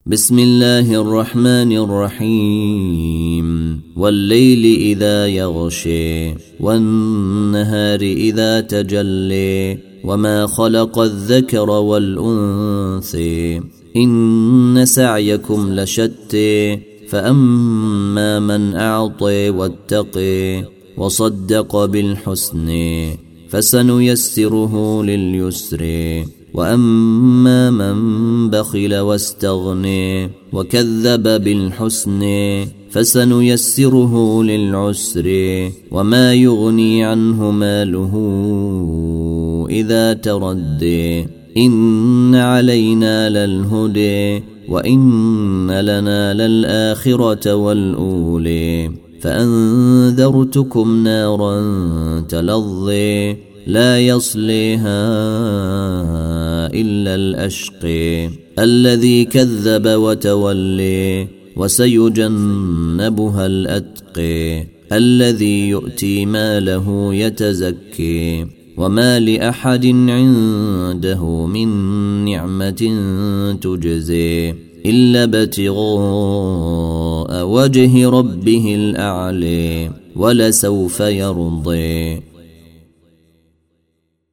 بسم الله الرحمن الرحيم والليل إذا يغشي والنهار إذا تجلي وما خلق الذكر والأنثى إن سعيكم لشتى فأما من أعطي واتقي وصدق بالحسن فسنيسره لليسر وأما من بخل واستغني وكذب بالحسن فسنيسره للعسر وما يغني عنه ماله إذا تردي إن علينا للهدي وإن لنا للآخرة والأولي فأنذرتكم نارا تلظي لا يصليها إلا الأشقي الذي كذب وتولي وسيجنبها الأتقي الذي يؤتي ماله يتزكي وما لأحد عنده من نعمة تجزي إلا ابتغاء وجه ربه الأعلى ولسوف يرضي